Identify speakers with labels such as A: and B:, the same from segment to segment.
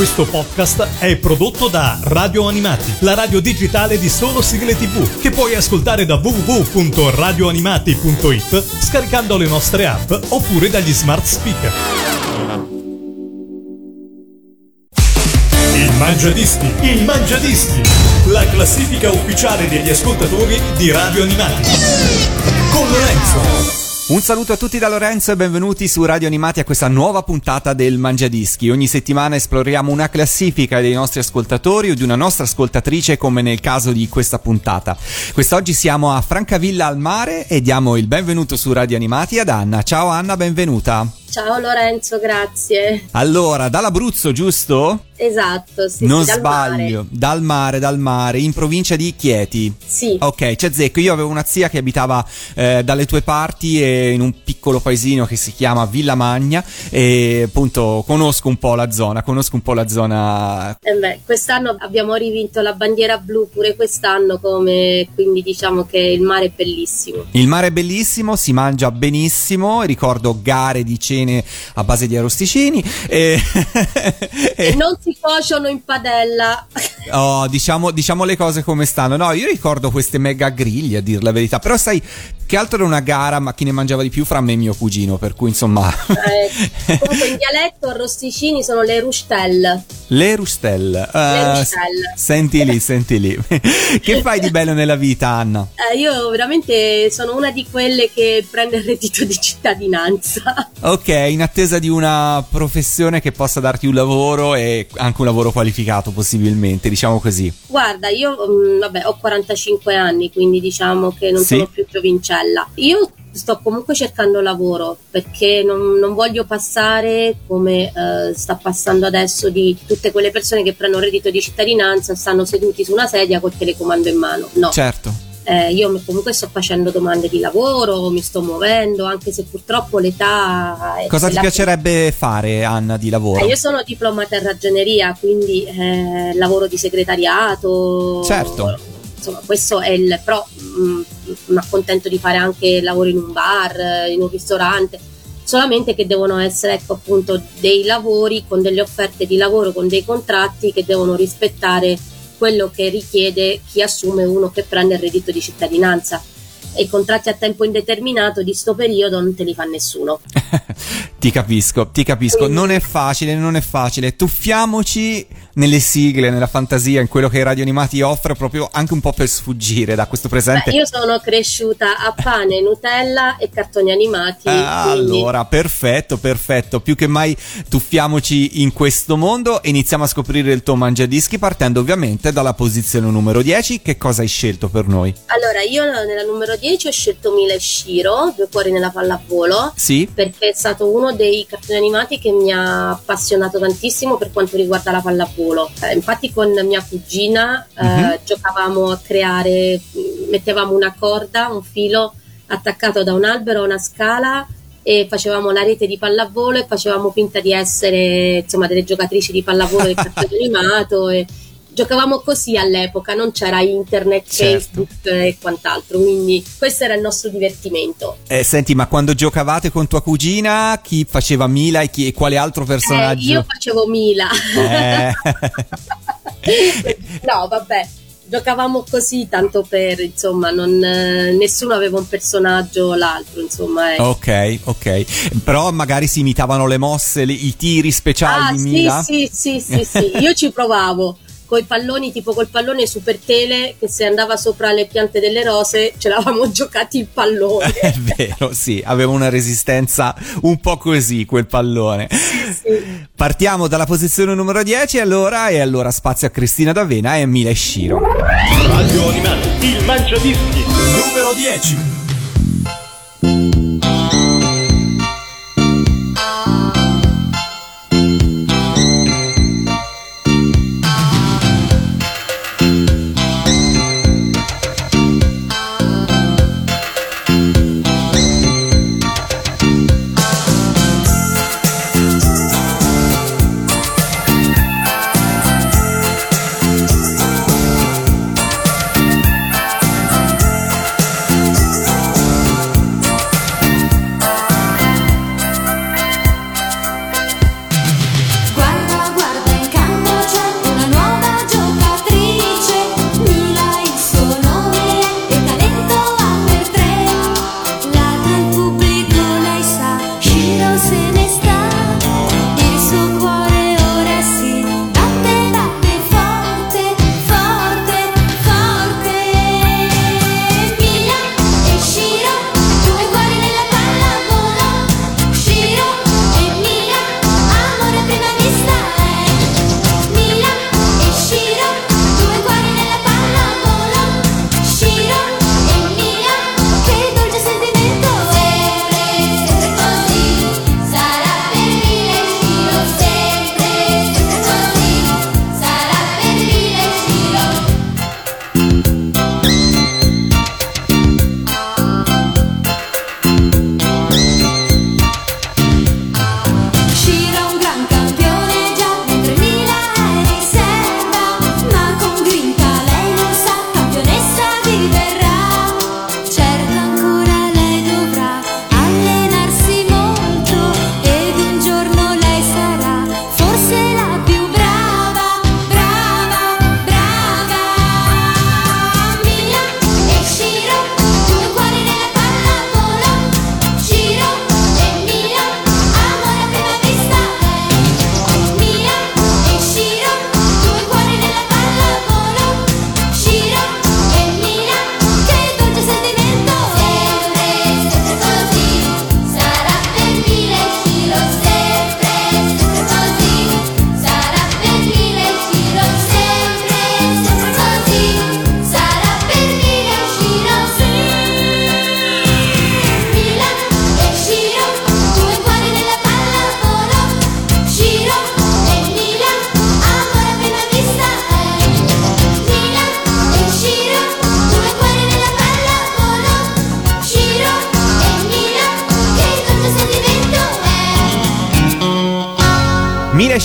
A: Questo podcast è prodotto da Radio Animati, la radio digitale di solo sigle TV, che puoi ascoltare da www.radioanimati.it scaricando le nostre app oppure dagli smart speaker. Il Mangiadischi, la classifica ufficiale degli ascoltatori di Radio Animati. Con Lorenzo.
B: Un saluto a tutti da Lorenzo e benvenuti su Radio Animati a questa nuova puntata del Mangiadischi. Ogni settimana esploriamo una classifica dei nostri ascoltatori o di una nostra ascoltatrice, come nel caso di questa puntata. Quest'oggi siamo a Francavilla al Mare e diamo il benvenuto su Radio Animati ad Anna. Ciao Anna, benvenuta.
C: Ciao Lorenzo, grazie.
B: Allora, dall'Abruzzo, giusto?
C: Esatto, sì.
B: Non
C: dal
B: sbaglio,
C: mare.
B: dal mare, in provincia di Chieti.
C: Sì.
B: Ok, c'è zecco. Io avevo una zia che abitava dalle tue parti e in un piccolo paesino che si chiama Villa Magna e appunto conosco un po' la zona.
C: Quest'anno abbiamo rivinto la bandiera blu pure quest'anno, quindi diciamo che il mare è bellissimo.
B: Il mare è bellissimo, si mangia benissimo, ricordo gare di cene a base di arrosticini e
C: non si cuociono in padella.
B: Oh, diciamo le cose come stanno. No, io ricordo queste mega griglie, a dir la verità, però sai che altro era una gara, ma chi ne mangiava di più fra me e mio cugino, per cui insomma
C: comunque in dialetto arrosticini sono le rustel.
B: Le rustel. Senti lì. Che fai di bello nella vita, Anna?
C: Io veramente sono una di quelle che prende il reddito di cittadinanza.
B: Ok, in attesa di una professione che possa darti un lavoro e anche un lavoro qualificato possibilmente, diciamo così.
C: Guarda, io ho 45 anni, quindi diciamo che non sono più giovincella. Io sto comunque cercando lavoro perché non voglio passare come sta passando adesso, di tutte quelle persone che prendono il reddito di cittadinanza, stanno seduti su una sedia col telecomando in mano. No.
B: Certo.
C: Io comunque sto facendo domande di lavoro, mi sto muovendo, anche se purtroppo l'età è...
B: Cosa ti piacerebbe fare, Anna, di lavoro?
C: Io sono diplomata in ragioneria, quindi lavoro di segretariato.
B: Certo.
C: Insomma, questo è però mi accontento di fare anche lavoro in un bar, in un ristorante, solamente che devono essere appunto dei lavori con delle offerte di lavoro, con dei contratti che devono rispettare quello che richiede chi assume uno che prende il reddito di cittadinanza. E i contratti a tempo indeterminato di sto periodo non te li fa nessuno.
B: Ti capisco. Quindi, non è facile. Tuffiamoci nelle sigle, nella fantasia, in quello che Radio Animati offre, proprio anche un po' per sfuggire da questo presente.
C: Io sono cresciuta a pane, Nutella e cartoni animati.
B: Allora, perfetto. Più che mai tuffiamoci in questo mondo e iniziamo a scoprire il tuo Mangiadischi, partendo ovviamente dalla posizione numero 10. Che cosa hai scelto per noi?
C: Allora, io nella numero 10 ho scelto Mila e Shiro, Due cuori nella pallavolo.
B: Sì.
C: Perché è stato uno dei cartoni animati che mi ha appassionato tantissimo per quanto riguarda la pallavolo. Infatti con mia cugina giocavamo a creare, mettevamo una corda, un filo attaccato da un albero a una scala e facevamo la rete di pallavolo e facevamo finta di essere insomma delle giocatrici di pallavolo del cartone animato e giocavamo così all'epoca, non c'era internet,
B: certo.
C: Facebook e quant'altro, quindi questo era il nostro divertimento.
B: Senti, ma quando giocavate con tua cugina, chi faceva Mila e quale altro personaggio?
C: Io facevo Mila. No, vabbè, giocavamo così tanto per, insomma, nessuno aveva un personaggio o l'altro, insomma.
B: Ok. Però magari si imitavano le mosse, i tiri speciali di Mila?
C: Sì. Io ci provavo. Coi palloni, tipo col pallone Super Tele che se andava sopra le piante delle rose ce l'avamo giocati il pallone.
B: È vero, sì, aveva una resistenza un po' così quel pallone.
C: Sì.
B: Partiamo dalla posizione numero 10 e allora spazio a Cristina D'Avena e Mila e Shiro.
A: Radio Animati, il Mangiadischi numero 10.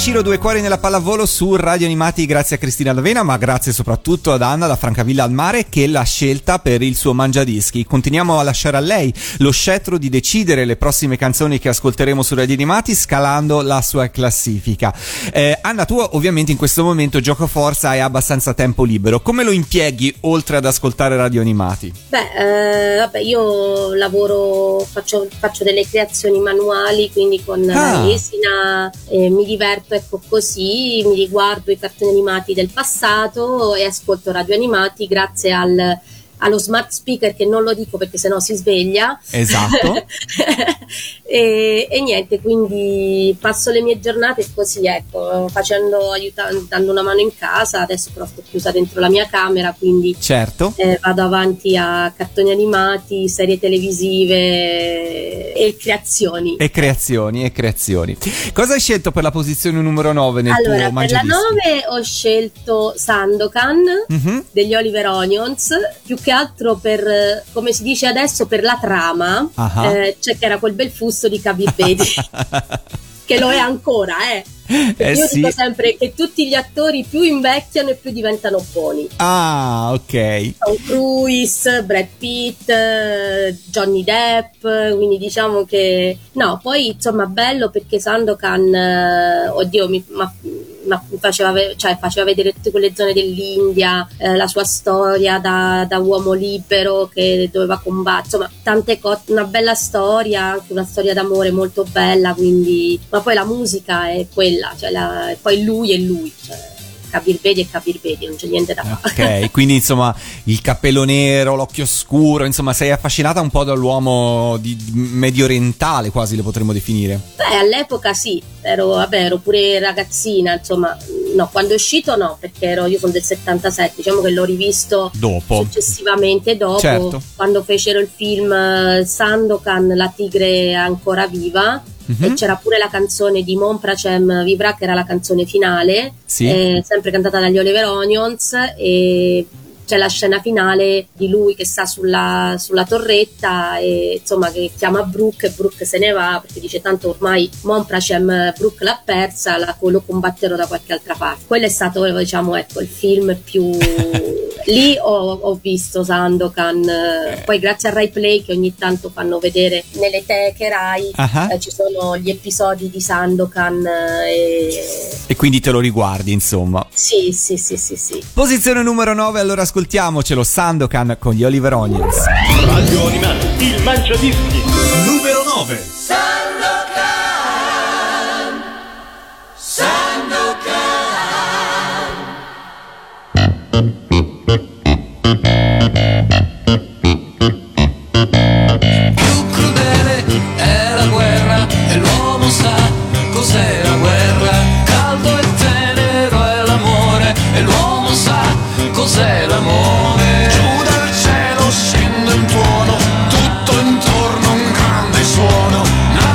B: Ciro, Due cuori nella pallavolo su Radio Animati, grazie a Cristina D'Avena, ma grazie soprattutto ad Anna da Francavilla al Mare che l'ha scelta per il suo Mangiadischi. Continuiamo a lasciare a lei lo scettro di decidere le prossime canzoni che ascolteremo su Radio Animati scalando la sua classifica. Anna, tu ovviamente in questo momento giocoforza hai abbastanza tempo libero, come lo impieghi oltre ad ascoltare Radio Animati?
C: Vabbè, io lavoro, faccio delle creazioni manuali, quindi con la resina, mi diverto, ecco, così mi riguardo i cartoni animati del passato e ascolto Radio Animati grazie allo smart speaker, che non lo dico perché sennò si sveglia.
B: Esatto.
C: e niente, quindi passo le mie giornate così, ecco, dando una mano in casa. Adesso però sto chiusa dentro la mia camera, quindi
B: certo,
C: vado avanti a cartoni animati, serie televisive e creazioni.
B: E creazioni. Cosa hai scelto per la posizione numero 9 nel tuo
C: Allora, per la
B: Mangiadischi?
C: 9 ho scelto Sandokan degli Oliver Onions, più che altro per, come si dice adesso, per la trama. Cioè che era quel bel fusto di Kabir Bedi che lo è ancora, io dico sempre che tutti gli attori più invecchiano e più diventano buoni.
B: Ok.
C: Tom Cruise, Brad Pitt, Johnny Depp, quindi diciamo che no, poi insomma bello perché Sandokan, oddio, faceva vedere tutte quelle zone dell'India, la sua storia da uomo libero che doveva combattere, insomma tante cose, una bella storia, anche una storia d'amore molto bella, quindi, ma poi la musica è quella, cioè poi lui è lui, cioè Kabir Bedi e Kabir Bedi, non c'è niente da fare.
B: Ok, quindi insomma il cappello nero, l'occhio scuro, insomma sei affascinata un po' dall'uomo medio orientale, quasi lo potremmo definire.
C: Beh, all'epoca sì, ero pure ragazzina, insomma, no, quando è uscito no, perché io sono del 77, diciamo che l'ho rivisto successivamente dopo, certo, quando fecero il film Sandokan, la tigre è ancora viva. E c'era pure la canzone di Mon Pracem Vibra, che era la canzone finale, sempre cantata dagli Oliver Onions, e c'è la scena finale di lui che sta sulla torretta e insomma che chiama Brooke, e Brooke se ne va perché dice tanto ormai Mon Pracem Brooke l'ha persa, lo combatterò da qualche altra parte. Quello è stato, diciamo, ecco, il film più lì ho visto Sandokan, poi grazie a Rai Play che ogni tanto fanno vedere nelle teche Rai, ci sono gli episodi di Sandokan
B: e quindi te lo riguardi, insomma.
C: Sì.
B: Posizione numero 9, allora ascoltiamocelo, Sandokan con gli Oliver Onions.
A: Radio Animati, il Mangiadischi numero 9.
D: Più crudele è la guerra e l'uomo sa cos'è la guerra. Caldo e tenero è l'amore e l'uomo sa cos'è l'amore. Giù dal cielo scende un tuono, tutto intorno un grande suono.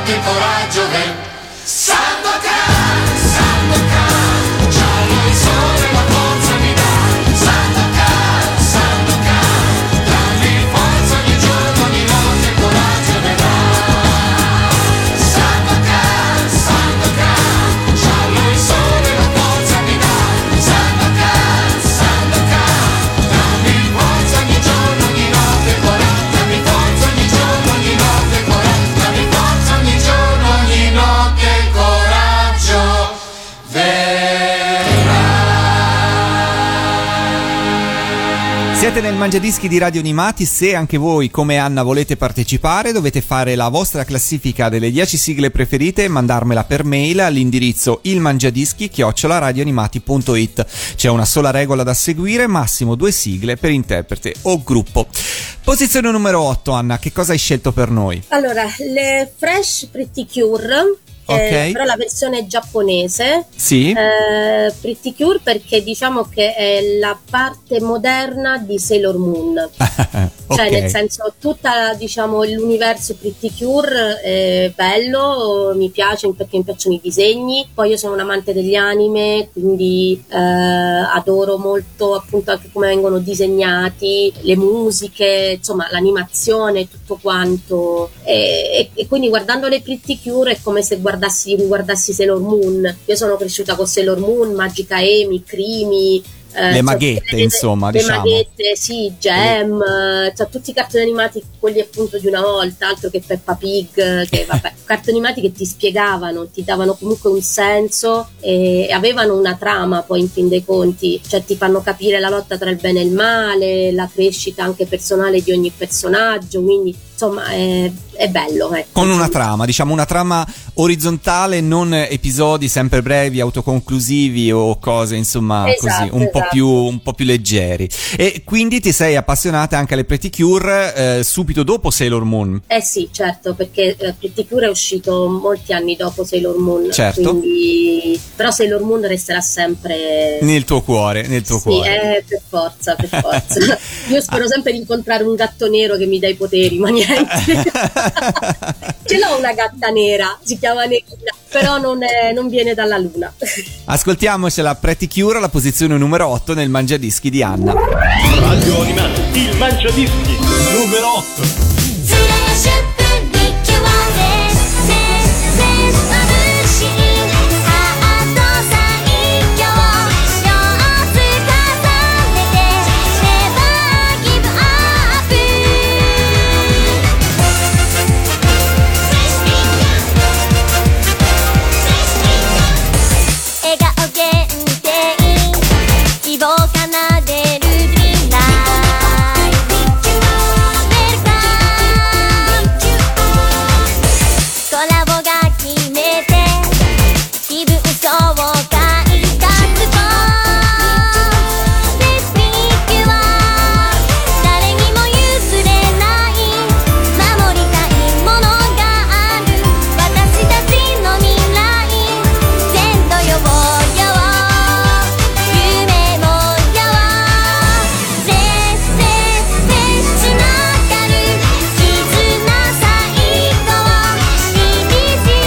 D: notte coraggio Sandokan, giallo il sole la forza mi dà. Sandokan, dammi forza ogni giorno, ogni notte coraggio vedrà. Sandokan, giallo il sole la forza mi dà. Sandokan, dammi forza ogni giorno, ogni notte coraggio. Dammi forza ogni giorno, ogni notte coraggio. Dammi forza ogni giorno, ogni notte coraggio verrà.
B: Siete nel Mangiadischi di Radio Animati. Se anche voi come Anna volete partecipare, dovete fare la vostra classifica delle 10 sigle preferite e mandarmela per mail all'indirizzo ilmangiadischi@radioanimati.it. C'è una sola regola da seguire: massimo 2 sigle per interprete o gruppo. Posizione numero 8, Anna, che cosa hai scelto per noi?
C: Allora, le Fresh Pretty Cure,
B: Ok.
C: però la versione giapponese.
B: Sì.
C: Pretty Cure perché diciamo che è la parte moderna di Sailor Moon. Cioè,
B: Ok.
C: nel senso, tutta, diciamo, l'universo Pretty Cure è bello, mi piace perché mi piacciono i disegni. Poi io sono un amante degli anime, quindi adoro molto appunto anche come vengono disegnati, le musiche, insomma, l'animazione, tutto quanto. E quindi guardando le Pretty Cure è come se riguardassi Sailor Moon. Io sono cresciuta con Sailor Moon, Magica Amy, Crimi.
B: Le maghette, insomma,
C: le
B: diciamo.
C: maghette, sì, Gem, cioè tutti i cartoni animati, quelli appunto di una volta, altro che Peppa Pig, che vabbè, cartoni animati che ti spiegavano, ti davano comunque un senso e avevano una trama poi in fin dei conti, cioè ti fanno capire la lotta tra il bene e il male, la crescita anche personale di ogni personaggio, quindi insomma è bello, ecco.
B: Con una trama, diciamo una trama orizzontale, non episodi sempre brevi, autoconclusivi o cose insomma
C: Esatto,
B: così un po' più leggeri. E quindi ti sei appassionata anche alle Pretty Cure subito dopo Sailor Moon?
C: Eh sì, certo, perché Pretty Cure è uscito molti anni dopo Sailor Moon,
B: Certo.
C: quindi però Sailor Moon resterà sempre
B: Nel tuo cuore, nel tuo
C: sì,
B: cuore.
C: per forza. Io spero sempre di incontrare un gatto nero che mi dà i poteri, ma niente. Ce l'ho una gatta nera, si chiama Nerina, però non viene dalla luna.
B: Ascoltiamocela, Pretty Cure, la posizione numero 8 nel Mangiadischi di Anna.
A: Radio Animati, il Mangiadischi numero 8.
E: ずれシュップリキュアでせせまぶしいハート最強4つ重ねて Never give up 笑顔限定希望奏でるドリームライフコラボが決めて気分爽快活動レスピキュア誰にも譲れない守りたいものがある私たちの未来全土よぼよ夢もよせっせっつながる絆最高 EBC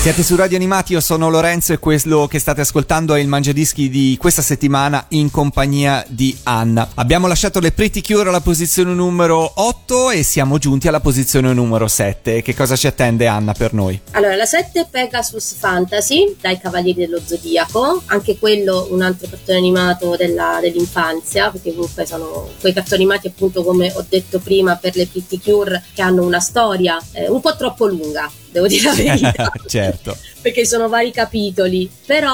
B: Siete su Radio Animati, io sono Lorenzo e quello che state ascoltando è il Mangiadischi di questa settimana in compagnia di Anna. Abbiamo lasciato le Pretty Cure alla posizione numero 8 e siamo giunti alla posizione numero 7. Che cosa ci attende, Anna, per noi?
C: Allora, la 7 è Pegasus Fantasy, dai Cavalieri dello Zodiaco, anche quello un altro cartone animato dell'infanzia, perché comunque sono quei cartoni animati, appunto, come ho detto prima, per le Pretty Cure, che hanno una storia un po' troppo lunga, devo dire la verità.
B: Certo.
C: Perché sono vari capitoli,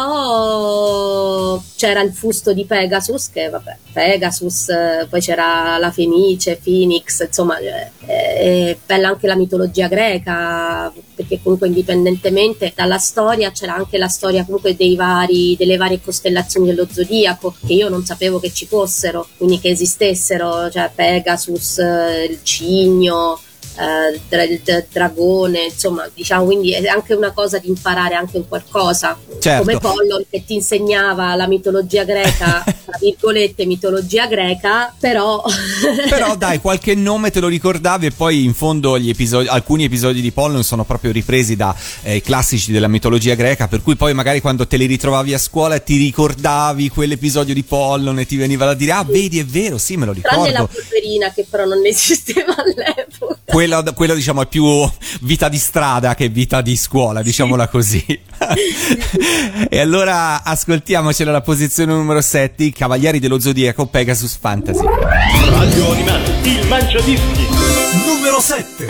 C: però c'era il fusto di Pegasus, che vabbè, Pegasus, poi c'era la Fenice, Phoenix, insomma, è bella anche la mitologia greca, perché comunque indipendentemente dalla storia c'era anche la storia comunque delle varie costellazioni dello zodiaco, che io non sapevo che ci fossero, quindi che esistessero, cioè Pegasus, il cigno, il dragone, insomma, diciamo, quindi è anche una cosa di imparare anche un qualcosa,
B: certo.
C: Come Pollon che ti insegnava la mitologia greca, tra virgolette mitologia greca, però
B: dai, qualche nome te lo ricordavi, e poi in fondo alcuni episodi di Pollon sono proprio ripresi da classici della mitologia greca, per cui poi magari quando te li ritrovavi a scuola ti ricordavi quell'episodio di Pollon e ti veniva da dire: ah, vedi, è vero, sì, me lo ricordo.
C: Tranne la polverina, che però non esisteva all'epoca.
B: Quello diciamo è più vita di strada che vita di scuola, diciamola così. E allora ascoltiamocela alla posizione numero 7, i Cavalieri dello Zodiaco, Pegasus Fantasy.
A: Radio Animati, il Mangiadischi numero 7.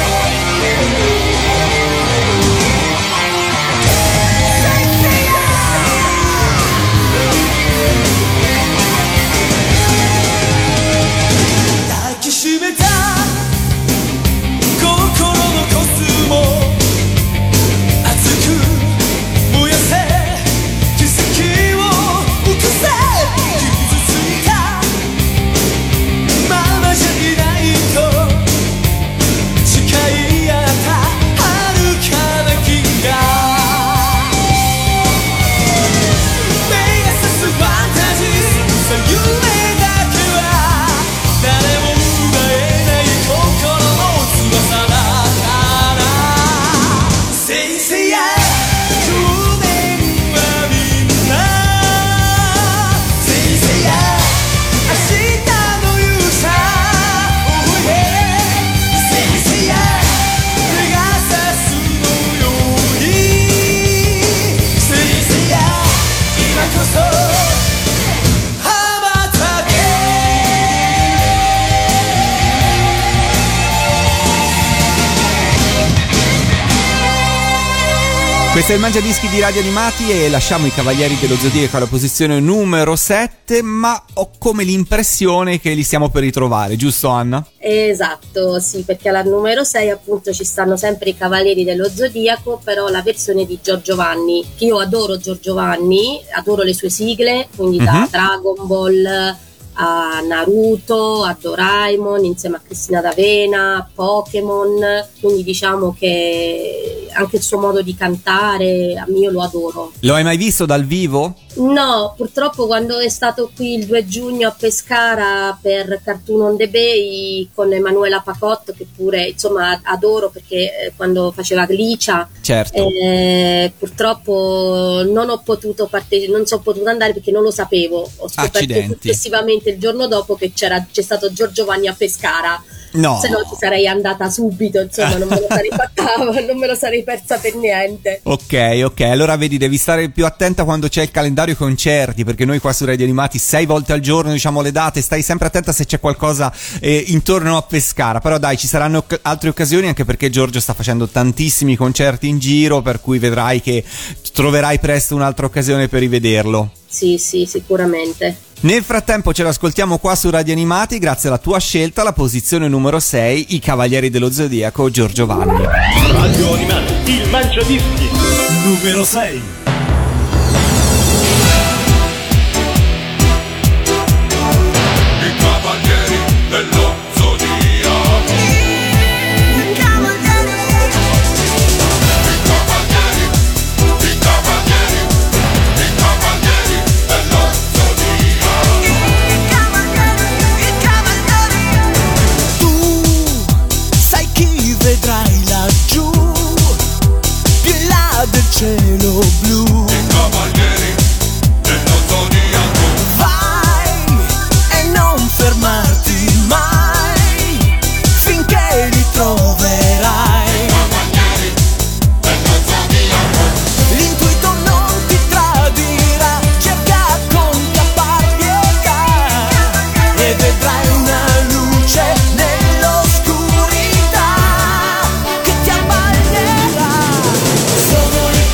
B: 'Questo è il Mangiadischi di Radio Animati e lasciamo i Cavalieri dello Zodiaco alla posizione numero 7, ma ho come l'impressione che li stiamo per ritrovare, giusto, Anna?
C: Esatto, sì, perché alla numero 6 appunto ci stanno sempre i Cavalieri dello Zodiaco, però la versione di Giorgio Vanni, che io adoro Giorgio Vanni, adoro le sue sigle, quindi da Dragon Ball a Naruto, a Doraemon, insieme a Cristina D'Avena, a Pokémon, quindi diciamo che anche il suo modo di cantare, a me, io lo adoro.
B: Lo hai mai visto dal vivo?
C: No, purtroppo quando è stato qui il 2 giugno a Pescara per Cartoon on the Bay con Emanuela Pacotto, che pure insomma adoro perché quando faceva Glicia,
B: certo.
C: Purtroppo non ho potuto non sono potuta andare perché non lo sapevo, ho scoperto successivamente il giorno dopo che c'è stato Giorgio Vanni a Pescara.
B: No.
C: Se no ci sarei andata subito, insomma, non me lo sarei fatta, non me lo sarei persa per niente.
B: Ok, allora vedi, devi stare più attenta quando c'è il calendario concerti, perché noi qua su Radio Animati 6 volte al giorno diciamo le date, stai sempre attenta se c'è qualcosa intorno a Pescara, però dai, ci saranno altre occasioni, anche perché Giorgio sta facendo tantissimi concerti in giro, per cui vedrai che troverai presto un'altra occasione per rivederlo.
C: Sì, sicuramente.
B: Nel frattempo ce l'ascoltiamo qua su Radio Animati, grazie alla tua scelta, la posizione numero 6, i Cavalieri dello Zodiaco, Giorgio Vanni.
A: Radio Animati, il Mangiadischi numero 6.
F: I Cavalieri dello
G: vedrai laggiù, più in là del cielo blu.
F: I cavalieri dello zodiaco.
G: Vai e non fermarti mai finché li troverai.
F: Cavalieri dello zodiaco.
G: L'intuito non ti tradirà, cerca con caparbietà e vedrai una luce nell'oscurità che ti abbaglierà. Sono i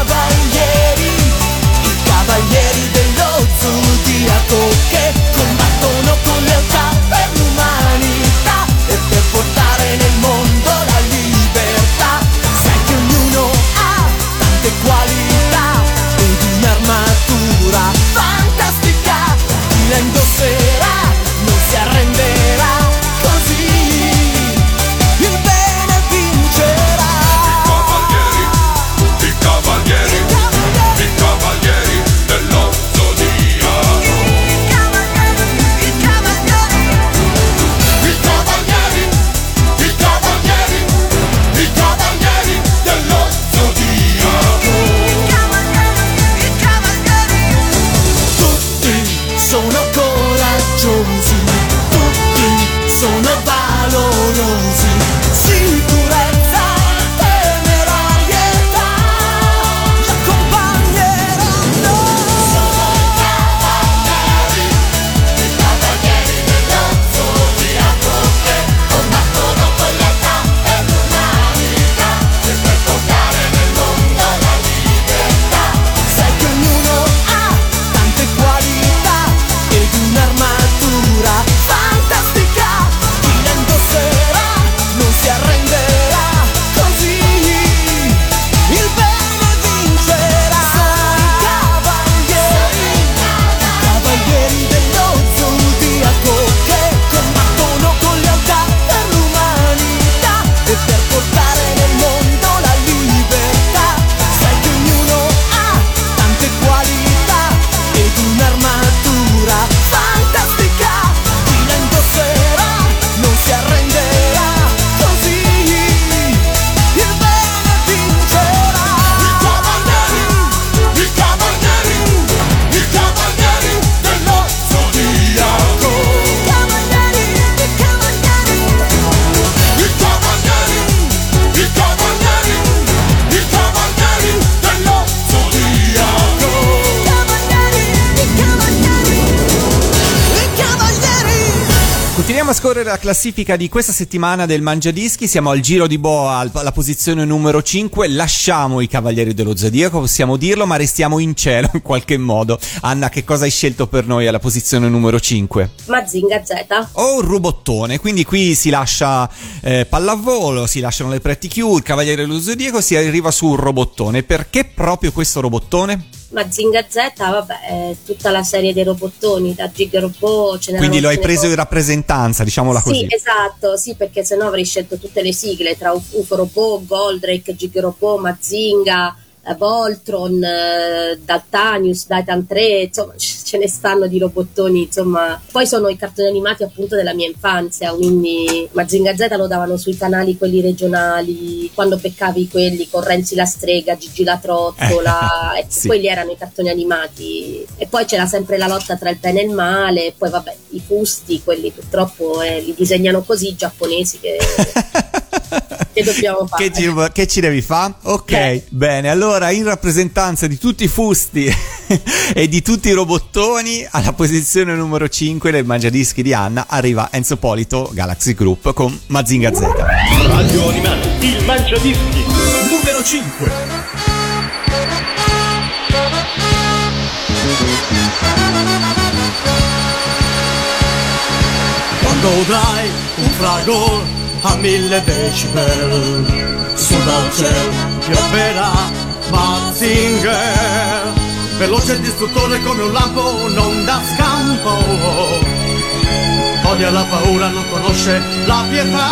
G: cavalieri dello zodiaco che combattono con lealtà per l'umanità e per portare nel mondo la libertà. Sai che ognuno ha tante qualità ed un'armatura fantastica. Chi la indosserà non si arrenderà, così il bene vincerà.
F: I cavalieri dello zodiaco.
G: I cavalieri
F: dello zodiaco.
G: Tutti sono coraggiosi, tutti sono valorosi. Sicurezza, temerarietà ci accompagneranno. Sono i cavalieri dello zodiaco che combattono con lealtà e l'umanità e per portare nel mondo la libertà. Sai che ognuno ha tante qualità ed un'armatura fantastica. Chi la indosserà non si arrenderà, così il bene vincerà. Sono i cavalieri dello zodiaco che combattono con lealtà per l'umanità e per portare nel mondo la libertà. Sai che ognuno ha tante qualità ed un'armatura fantastica. Chi la indosserà non si arrenderà, così il bene vincerà.
F: I cavalieri dello zodiaco.
G: I cavalieri
F: dello zodiaco.
B: Continuiamo a scorrere la classifica di questa settimana del Mangiadischi, siamo al giro di boa alla posizione numero 5, lasciamo i Cavalieri dello Zodiaco, possiamo dirlo, ma restiamo in cielo in qualche modo. Anna, che cosa hai scelto per noi alla posizione numero 5?
C: Mazinga Z.
B: Oh, un robottone, quindi qui si lascia pallavolo, si lasciano le Pretty Cure, il Cavaliere dello Zodiaco, si arriva su un robottone. Perché proprio questo robottone?
C: Mazinga Z, vabbè, è tutta la serie dei robottoni, da Gig Robot, ce n'erano
B: Quindi lo hai
C: tutte le
B: preso in
C: cose.
B: rappresentanza, diciamola così.
C: Sì, esatto, sì, perché sennò avrei scelto tutte le sigle tra UFO Robot, Goldrake, Gig Robot, Mazinga, Voltron, Daltanius, Daitan 3, insomma ce ne stanno di robottoni, insomma. Poi sono i cartoni animati appunto della mia infanzia, quindi Mazinga Z lo davano sui canali quelli regionali, quando beccavi quelli con Renzi la strega, Gigi la trottola, ecco,
B: sì.
C: quelli erano i cartoni animati. E poi c'era sempre la lotta tra il bene e il male, e poi vabbè, i fusti, quelli purtroppo li disegnano così i giapponesi che dobbiamo fare.
B: Che ci devi fare? Ok, bene. Allora, in rappresentanza di tutti i fusti e di tutti i robottoni, alla posizione numero 5 del Mangiadischi di Anna arriva Enzo Polito, Galaxy Group, con Mazinga Z.
A: Radio Animati, il Mangiadischi, numero 5.
G: Quando udrai un fragor a 1000 decibel, su dal cielo pioverà Mazinger, veloce e distruttore come un lampo, non dà scampo, odia la paura, non conosce la pietà,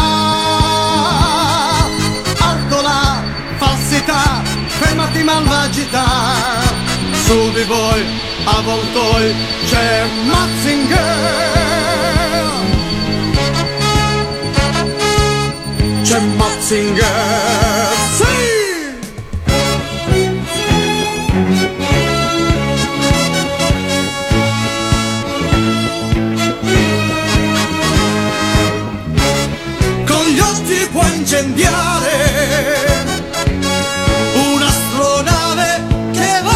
G: alto la falsità, fermati malvagità, su di voi avvoltoi c'è Mazinger. C'è Mazinger, sì! ti può incendiare un'astronave che va.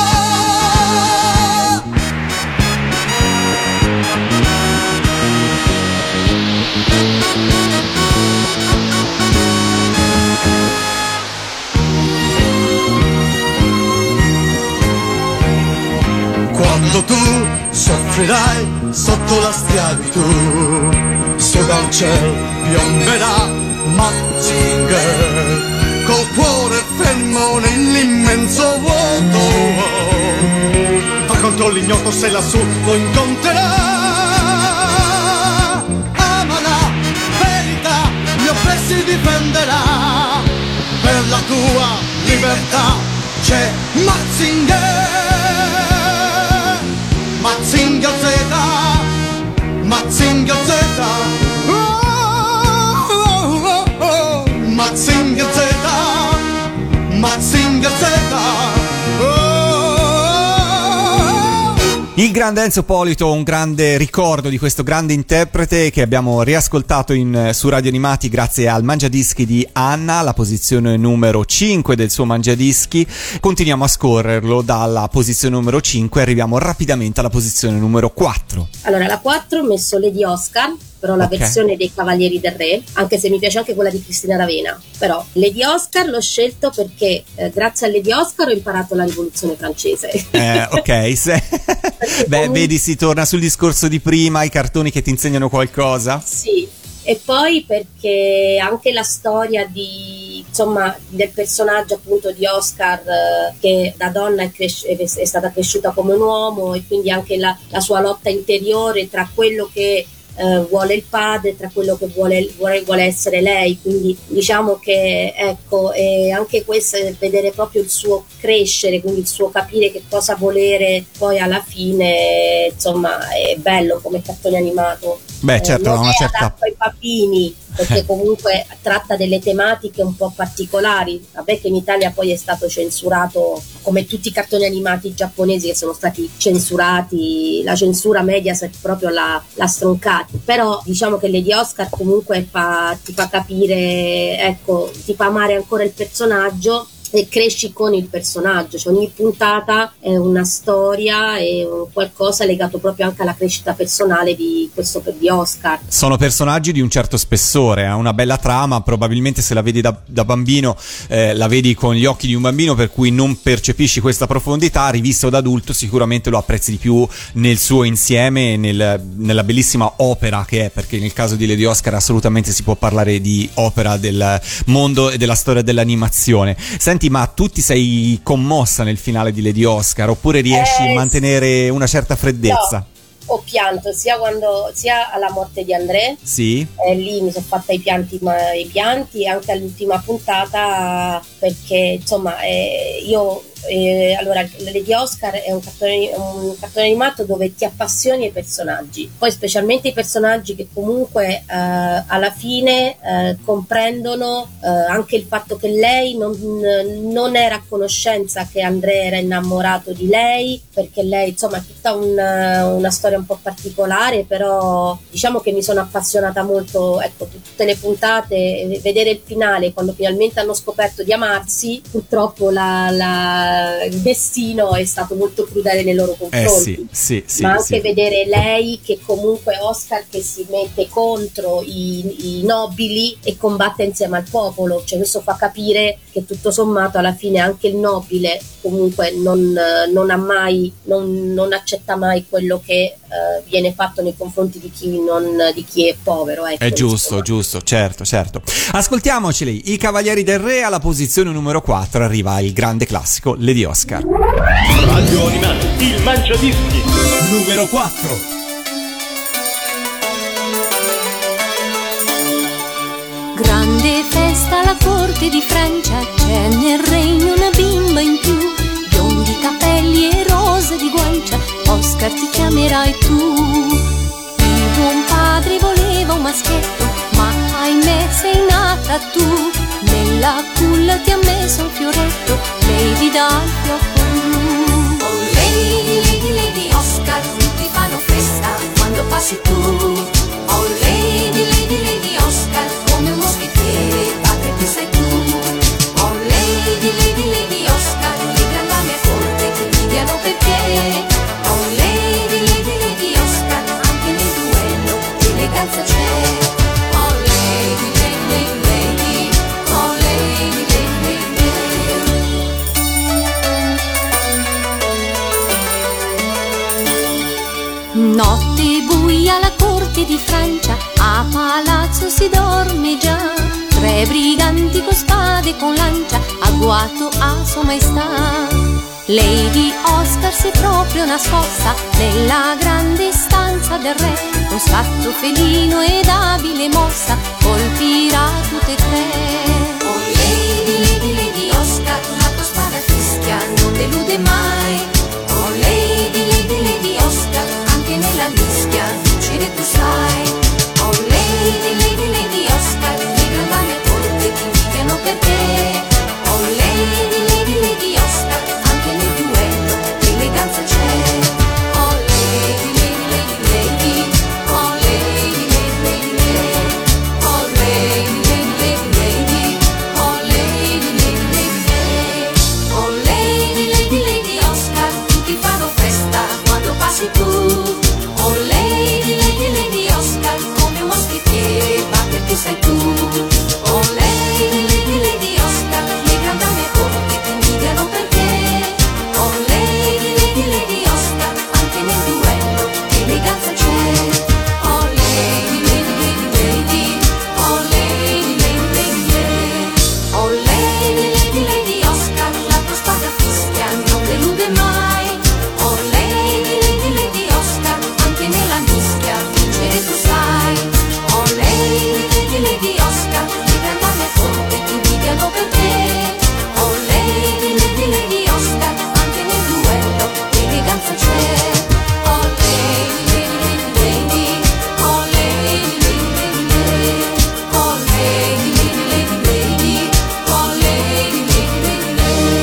G: Quando tu soffrirai sotto la schiavitù, su dal cielo piomberà Mazinger, col cuore fermo nell'immenso vuoto. Va contro l'ignoto se lassù lo incontrerà. Ama la verità, gli oppressi difenderà. Per la tua libertà c'è Mazinger. Mazinger Z, Mazinger Z, oh, oh, oh, oh. Mazinger Z, Mazinger Z, oh, oh, oh.
B: Il grande Enzo Polito, un grande ricordo di questo grande interprete che abbiamo riascoltato su Radio Animati grazie al Mangiadischi di Anna, la posizione numero 5 del suo Mangiadischi. Continuiamo a scorrerlo dalla posizione numero 5 e arriviamo rapidamente alla posizione numero 4.
C: Allora, la 4 ho messo Lady Oscar, però la versione dei Cavalieri del Re, anche se mi piace anche quella di Cristina D'Avena. Però Lady Oscar l'ho scelto perché grazie a Lady Oscar ho imparato la rivoluzione francese.
B: Ok, beh, vedi, si torna sul discorso di prima, i cartoni che ti insegnano qualcosa.
C: Sì, e poi perché anche la storia del personaggio appunto di Oscar, che da donna è stata cresciuta come un uomo, e quindi anche la sua lotta interiore tra quello che vuole il padre, tra quello che vuole essere lei. Quindi diciamo che ecco, e anche questo è vedere proprio il suo crescere, quindi il suo capire che cosa volere poi alla fine, insomma è bello come cartone animato.
B: Beh, certo,
C: non
B: una
C: è
B: certa
C: adatto ai bambini, perché comunque tratta delle tematiche un po' particolari. Vabbè che in Italia poi è stato censurato, come tutti i cartoni animati giapponesi che sono stati censurati, la censura Mediaset proprio l'ha stroncati. Però diciamo che Lady Oscar comunque ti fa capire, ecco, ti fa amare ancora il personaggio e cresci con il personaggio, cioè ogni puntata è una storia e qualcosa legato proprio anche alla crescita personale di Oscar.
B: Sono personaggi di un certo spessore, ha una bella trama, probabilmente se la vedi da bambino la vedi con gli occhi di un bambino, per cui non percepisci questa profondità. Rivisto da adulto sicuramente lo apprezzi di più nel suo insieme, nella bellissima opera che è, perché nel caso di Lady Oscar assolutamente si può parlare di opera del mondo e della storia dell'animazione. Senti, ma tu ti sei commossa nel finale di Lady Oscar, oppure riesci a mantenere una certa freddezza?
C: No, ho pianto sia alla morte di André,
B: sì,
C: lì mi sono fatta i pianti, e anche all'ultima puntata, perché insomma allora Lady Oscar è un cartone animato dove ti appassioni ai personaggi, poi specialmente i personaggi che comunque alla fine comprendono anche il fatto che lei non era a conoscenza che André era innamorato di lei, perché lei insomma è tutta una storia un po' particolare, però diciamo che mi sono appassionata molto, ecco, tutte le puntate, vedere il finale quando finalmente hanno scoperto di amarsi. Purtroppo il destino è stato molto crudele nei loro confronti,
B: sì,
C: ma anche vedere lei che comunque Oscar che si mette contro i nobili e combatte insieme al popolo, cioè questo fa capire che tutto sommato alla fine anche il nobile comunque non accetta mai quello che viene fatto nei confronti di chi è povero, ecco,
B: è giusto, certo. Ascoltiamoceli, i Cavalieri del Re. Alla posizione numero 4 arriva il grande classico Lady Oscar.
A: Radio Animati, il Mangiadischi numero 4.
E: Grande festa alla corte di Francia, c'è nel regno una bimba in più, biondi capelli e rose di guancia, Oscar ti chiamerai tu. Il buon padre voleva un maschietto, ma ahimè sei nata tu, nella culla ti ha messo un fioretto, Lady dal fiocco blu. Oh Lady, Lady, Lady Oscar, tutti fanno festa quando passi tu. Oh Lady, Lady, Lady Oscar, come un moschito di Francia, a palazzo si dorme già. 3 briganti con spade e con lancia, agguato a sua maestà. Lady Oscar si è proprio nascosta nella grande stanza del re, con scatto felino ed abile mossa colpirà tutte e 3. Oh Lady, Lady, Lady Oscar, la tua spada fischia non delude mai. Oh Lady, Lady, Lady Oscar, anche nella mischia vincere tu sai. Oh Lady, Lady, Lady Oscar, le grandi corte ti invidiano per te. Oh Lady, Lady, Lady Oscar, anche nel duello eleganza c'è. Oh Lady, Lady, Lady, Lady. Oh Lady, Lady, Lady, Lady. Oh Lady, Lady, Lady, Lady. Oh Lady, Lady, Lady, Lady. Oh Lady, Lady, Lady Oscar, tutti fanno festa quando passi tu. Oh Lady, Lady, Lady Oscar, come un moschettiere batterti sei tu. Oh Lady, Lady, Lady Oscar, le grandi dame corte ti invidiano per te. Oh Lady, Lady, Lady Oscar, anche nel duello eleganza c'è. Oh Lady, Lady, Lady, Lady. Oh Lady, Lady, Lady, Lady. Oh Lady, Lady, Lady Oscar, la tua spada fischia non delude mai. Oh Lady, Lady, Lady Oscar, anche nella mischia vincere tu sai. Oh Lady, Lady, Lady Oscar, le grandi corte ti invidiano per te. Oh Lady, Lady, Lady Oscar, anche nel duello eleganza c'è. Oh Lady, Lady, Lady, Lady. Oh Lady, Lady, Lady, Lady. Oh Lady, Lady, Lady, Lady. Oh Lady, Lady, Lady,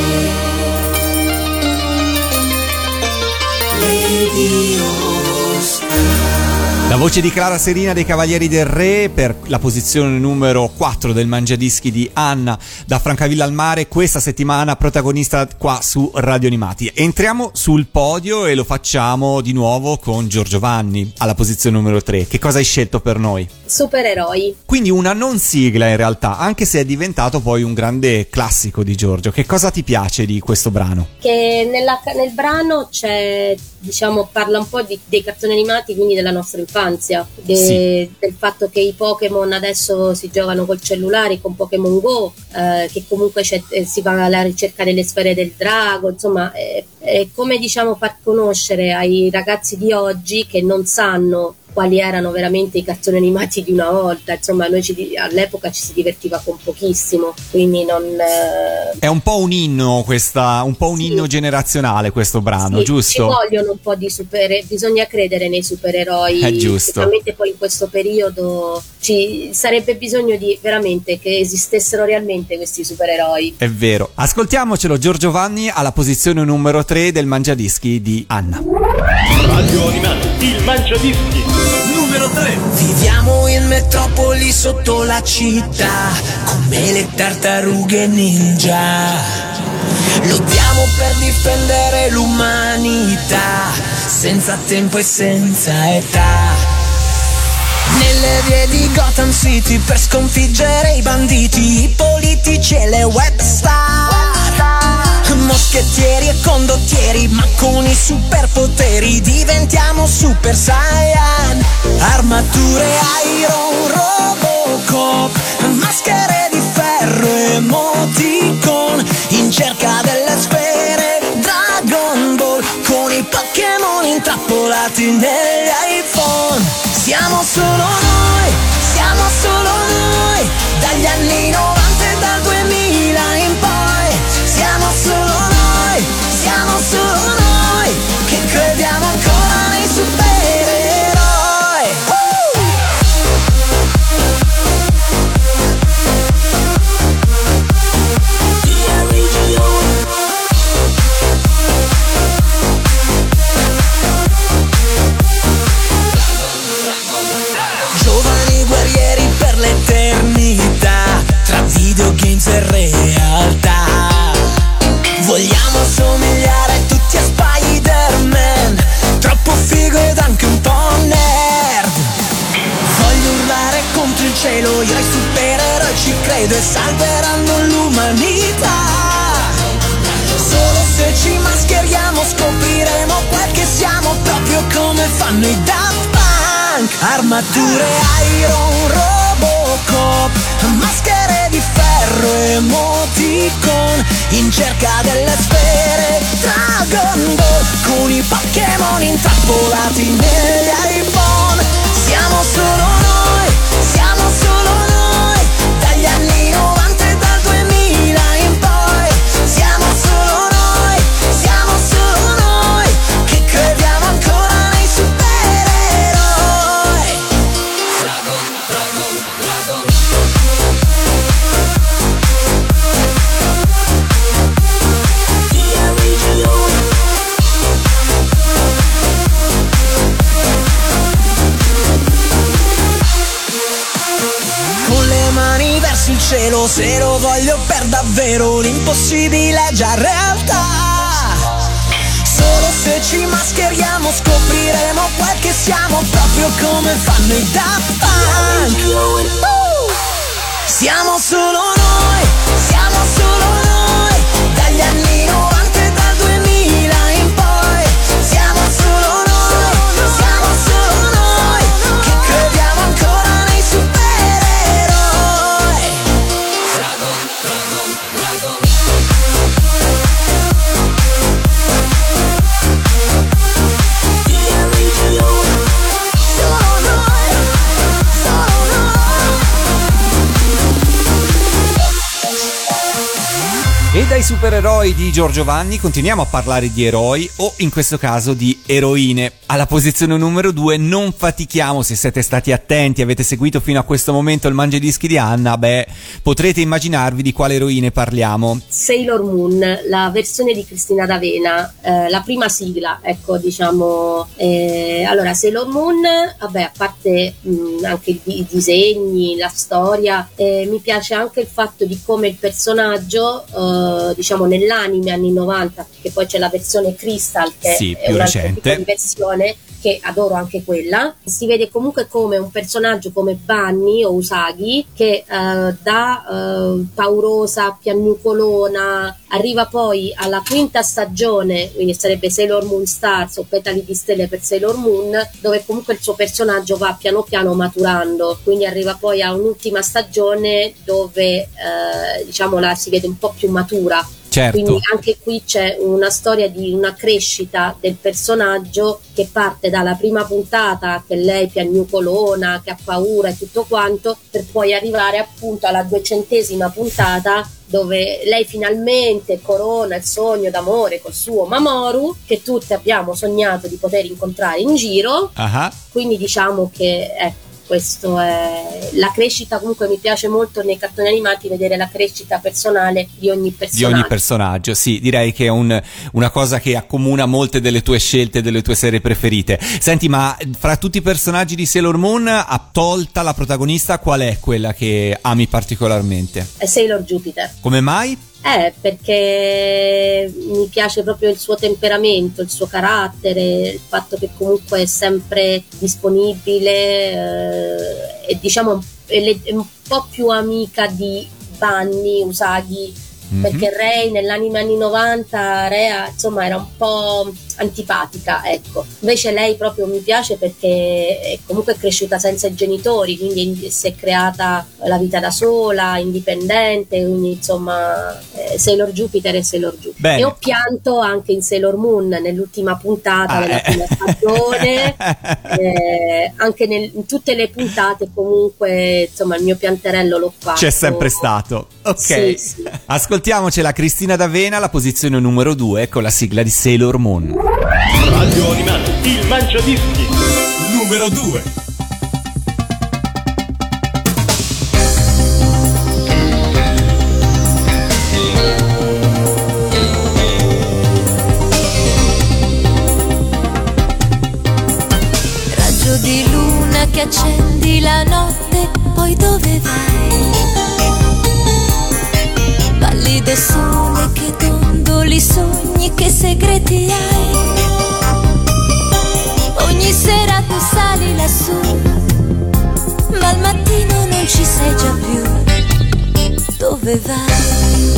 E: Lady. Lady Oscar.
B: La voce di Clara Serina dei Cavalieri del Re per la posizione numero 4 del Mangiadischi di Anna da Francavilla al Mare, questa settimana protagonista qua su Radio Animati. Entriamo sul podio e lo facciamo di nuovo con Giorgio Vanni alla posizione numero 3. Che cosa hai scelto per noi?
C: Supereroi.
B: Quindi una non sigla in realtà, anche se è diventato poi un grande classico di Giorgio. Che cosa ti piace di questo brano?
C: Che nel brano c'è, diciamo, parla un po' dei cartoni animati, quindi della nostra infanzia,
B: Sì.
C: del fatto che i Pokémon adesso si giocano col cellulare, con Pokémon Go, che comunque si va alla ricerca delle sfere del drago, insomma è come, diciamo, far conoscere ai ragazzi di oggi che non sanno quali erano veramente i cartoni animati di una volta. Insomma, noi all'epoca ci si divertiva con pochissimo, quindi non...
B: È un po' un inno inno generazionale questo brano,
C: sì,
B: giusto?
C: ci vogliono un po' di bisogna credere nei supereroi.
B: È giusto.
C: Specialmente poi in questo periodo ci sarebbe bisogno di veramente che esistessero realmente questi supereroi.
B: È vero. Ascoltiamocelo, Giorgio Vanni alla posizione numero 3 del Mangiadischi di Anna.
A: Radio Animati, il Mangiadischi, numero 3.
H: Viviamo in metropoli sotto la città, come le tartarughe ninja. Lottiamo per difendere l'umanità, senza tempo e senza età. Nelle vie di Gotham City per sconfiggere i banditi, i politici e le web star. Moschettieri e condottieri, ma con i superpoteri diventiamo Super Saiyan. Armature Iron, Robocop, maschere di ferro, emoticon, in cerca delle sfere Dragon Ball, con i Pokémon intrappolati negli iPhone. Siamo solo noi, dagli anni 90 e dal 2000 in poi. Siamo solo noi, che crediamo ancora nei supereroi. Giovani guerrieri per l'eternità, tra videogames e realtà. Vogliamo somigliare tutti a Spider-Man, troppo figo ed anche un po' nerd. Voglio urlare contro il cielo, io ai supereroi ci credo e salveranno l'umanità. Solo se ci mascheriamo scopriremo quel che siamo, proprio come fanno i Daft Punk. punk, armature Iron, Robocop, maschere di ferro, emoticon, in cerca delle sfere, Dragon Ball, con i Pokémon intrappolati negli iPhone. Siamo solo noi, siamo solo noi, dagli anni 90 e dal 2000 in poi. Siamo solo noi, che crediamo ancora nei supereroi. Dragon, Dragon, Dragon. The original. Con le mani verso il cielo, se lo voglio per davvero, l'impossibile è già realtà. Solo se ci mascheriamo scopriremo quel che siamo, proprio come fanno i Daft Punk. Siamo solo noi, dagli anni 90 e dal 2000 in poi. Siamo solo noi, che crediamo ancora nei supereroi. Dragon, Dragon, Dragon. The original. Solo noi, solo noi.
B: E dai supereroi di Giorgio Vanni continuiamo a parlare di eroi, o in questo caso di eroine. Alla posizione numero 2 non fatichiamo, se siete stati attenti, avete seguito fino a questo momento il Mangiadischi di Anna, potrete immaginarvi di quale eroine parliamo.
C: Sailor Moon, la versione di Cristina D'Avena, la prima sigla, ecco, diciamo. Allora, Sailor Moon, a parte anche i disegni, la storia, mi piace anche il fatto di come il personaggio, diciamo nell'anime anni 90, perché poi c'è la versione Crystal che
B: sì,
C: è
B: più
C: una
B: recente
C: versione che adoro anche quella. Si vede comunque come un personaggio come Bunny o Usagi che da paurosa, piagnucolona, arriva poi alla quinta stagione, quindi sarebbe Sailor Moon Stars o Petali di Stelle per Sailor Moon, dove comunque il suo personaggio va piano piano maturando, quindi arriva poi a un'ultima stagione dove diciamo si vede un po' più matura.
B: Certo.
C: Quindi anche qui c'è una storia di una crescita del personaggio che parte dalla prima puntata che lei piagnucolona, che ha paura e tutto quanto, per poi arrivare appunto alla 200ª puntata dove lei finalmente corona il sogno d'amore col suo Mamoru, che tutti abbiamo sognato di poter incontrare in giro.
B: Uh-huh.
C: Quindi diciamo che questo è la crescita. Comunque mi piace molto nei cartoni animati vedere la crescita personale di ogni personaggio.
B: Di ogni personaggio, sì, direi che è una cosa che accomuna molte delle tue scelte, delle tue serie preferite. Senti, ma fra tutti i personaggi di Sailor Moon, tolta la protagonista, qual è quella che ami particolarmente?
C: È Sailor Jupiter.
B: Come mai?
C: Perché mi piace proprio il suo temperamento, il suo carattere, il fatto che comunque è sempre disponibile, e diciamo è un po' più amica di Bunny, Usagi, perché Rei nell'anime anni 90 Rea insomma era un po' antipatica, ecco. Invece lei proprio mi piace perché è comunque cresciuta senza i genitori, quindi si è creata la vita da sola, indipendente, quindi insomma Sailor Jupiter e Sailor Jupiter.
B: Bene.
C: E ho pianto anche in Sailor Moon nell'ultima puntata della prima stagione, anche in tutte le puntate comunque insomma il mio pianterello l'ho fatto.
B: C'è sempre stato. Ok,
C: sì.
B: Ascoltiamoci la Cristina D'Avena, la posizione numero 2 con la sigla di Sailor Moon.
A: Radio Animati, il Mangiadischi numero 2.
E: Raggio di luna che accendi la notte, poi dove vai? Pallido sole che dondoli sogni, che segreti hai? Ogni sera tu sali lassù, ma al mattino non ci sei già più. Dove vai?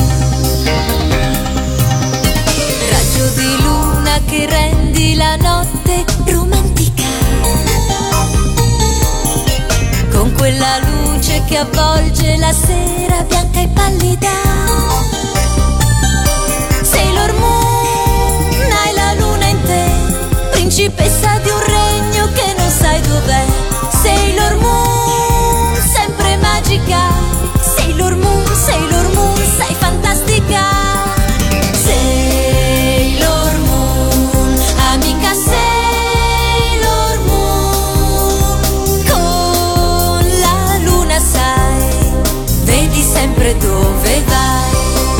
E: Raggio di luna che rendi la notte romantica, quella luce che avvolge la sera bianca e pallida. Sailor Moon, hai la luna in te, principessa di un regno che non sai dov'è. Sailor Moon, sempre magica. Sailor Moon, sei fantastica. Sailor Moon, amica Sailor Moon, con la luna sai, vedi sempre dove vai.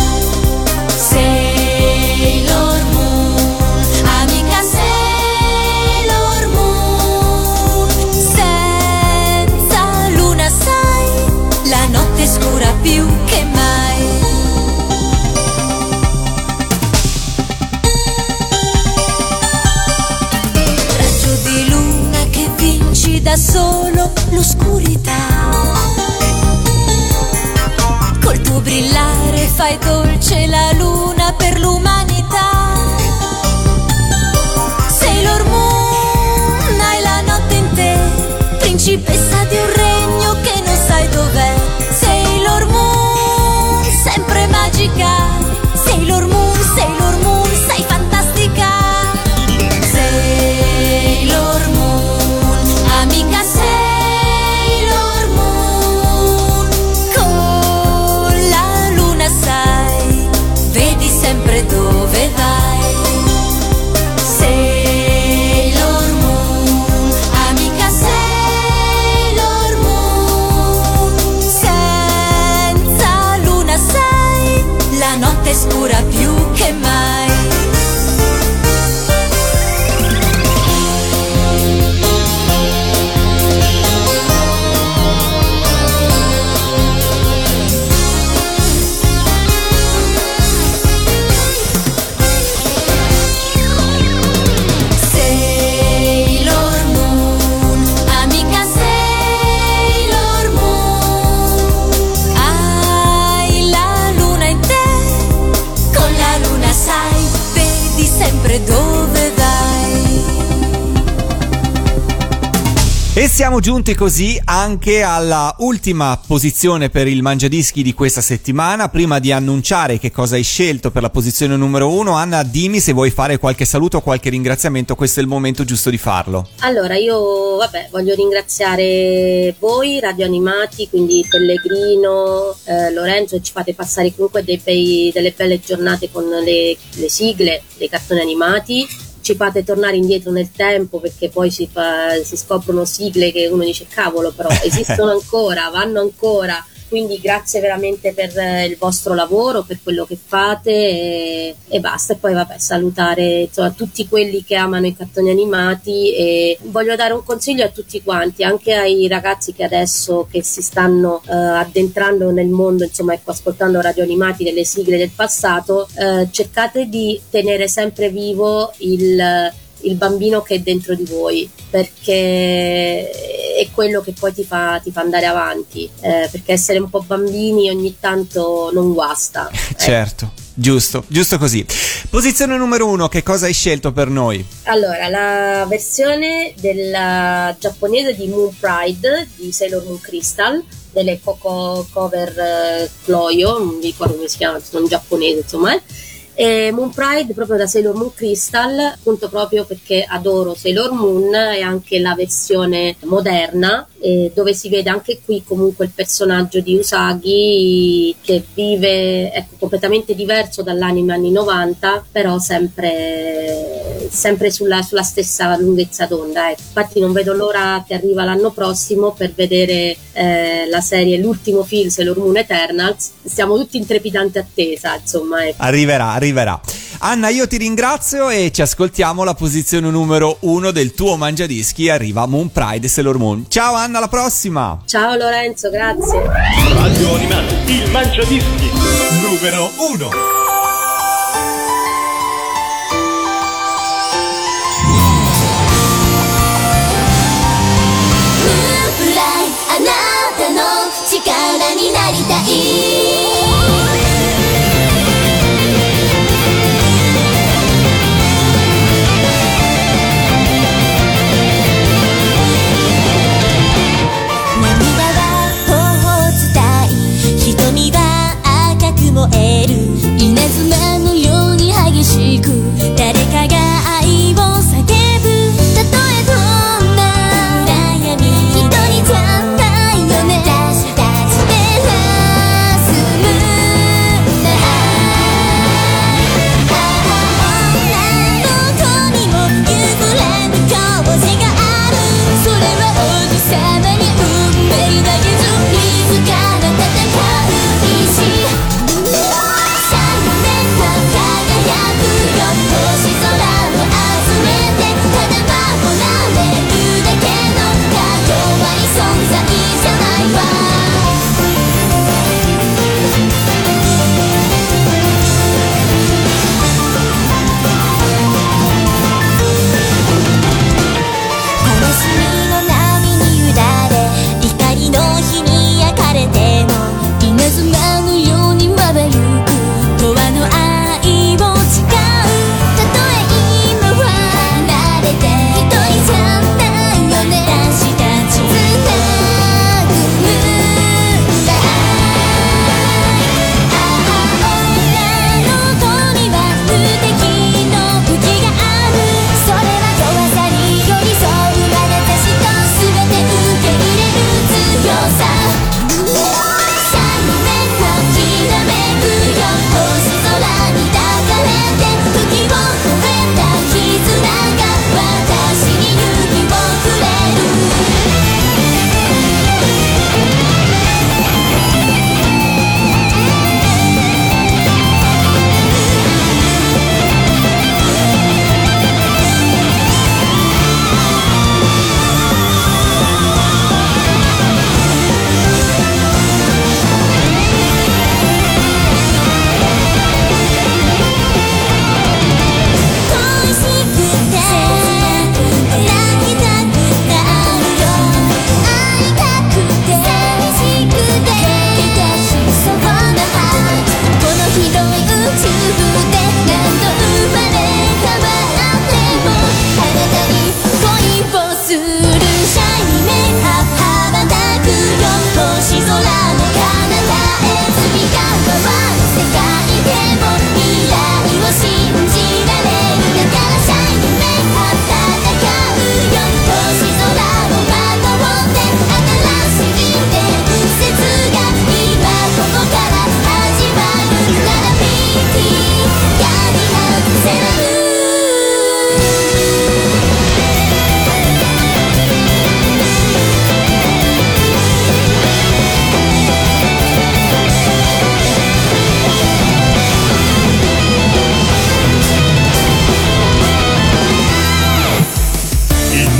E: Sailor Moon, amica Sailor Moon, senza luna sai, la notte è scura più che mai. Raggio di luna che vinci da solo l'oscurità, col tuo brillare fai dolce la luna per l'umanità. Sailor Moon, hai la notte in te, principessa di un regno che non sai dov'è. Sailor Moon, sempre magica. Sailor Moon, sei fantastica. Sailor Moon, amica Sailor Moon, con la luna sai, vedi sempre dove vai. Sailor Moon, amica Sailor Moon, senza luna sai, la notte è scura più che mai. Sailor Moon, amica Sailor Moon, hai la luna in te, con la luna sai, vedi sempre dove vai.
B: E siamo giunti così anche alla ultima posizione per il Mangiadischi di questa settimana. Prima di annunciare che cosa hai scelto per la posizione numero 1, Anna, dimmi se vuoi fare qualche saluto o qualche ringraziamento, questo è il momento giusto di farlo.
C: Allora, io voglio ringraziare voi, Radio Animati, quindi Pellegrino, Lorenzo, che ci fate passare comunque delle belle giornate con le sigle dei cartoni animati. Ci fate tornare indietro nel tempo, perché poi si scoprono sigle che uno dice cavolo, però esistono ancora, vanno ancora. Quindi grazie veramente per il vostro lavoro, per quello che fate e basta. E poi salutare insomma tutti quelli che amano i cartoni animati, e voglio dare un consiglio a tutti quanti, anche ai ragazzi che adesso che si stanno addentrando nel mondo, insomma, ascoltando Radio Animati delle sigle del passato. Cercate di tenere sempre vivo il bambino che è dentro di voi, perché è quello che poi ti fa andare avanti, perché essere un po' bambini ogni tanto non guasta.
B: Certo, giusto così. Posizione numero 1, che cosa hai scelto per noi?
C: Allora, la versione della giapponese di Moon Pride di Sailor Moon Crystal, delle cover Cloyo, non mi ricordo come si chiama, sono in giapponese insomma. E Moon Pride proprio da Sailor Moon Crystal, appunto proprio perché adoro Sailor Moon, e anche la versione moderna, dove si vede anche qui comunque il personaggio di Usagi che vive completamente diverso dall'anime anni 90, però sempre sulla stessa lunghezza d'onda. Infatti non vedo l'ora che arriva l'anno prossimo per vedere la serie, l'ultimo film Sailor Moon Eternals. Siamo tutti in trepidante attesa, insomma.
B: Arriverà. Anna, io ti ringrazio e ci ascoltiamo la posizione numero 1 del tuo Mangiadischi. Arriva Moon Pride Sailor Moon. Ciao Anna, alla prossima.
C: Ciao Lorenzo, grazie.
A: Radio Animati, il Mangiadischi numero 1.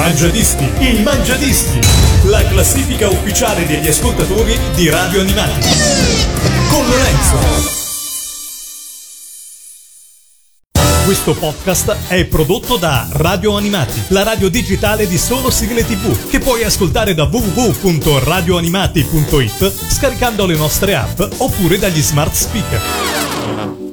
A: Mangiadischi, il Mangiadischi, la classifica ufficiale degli ascoltatori di Radio Animati. Con Lorenzo. Questo podcast è prodotto da Radio Animati, la radio digitale di solo sigle TV, che puoi ascoltare da www.radioanimati.it scaricando le nostre app oppure dagli smart speaker.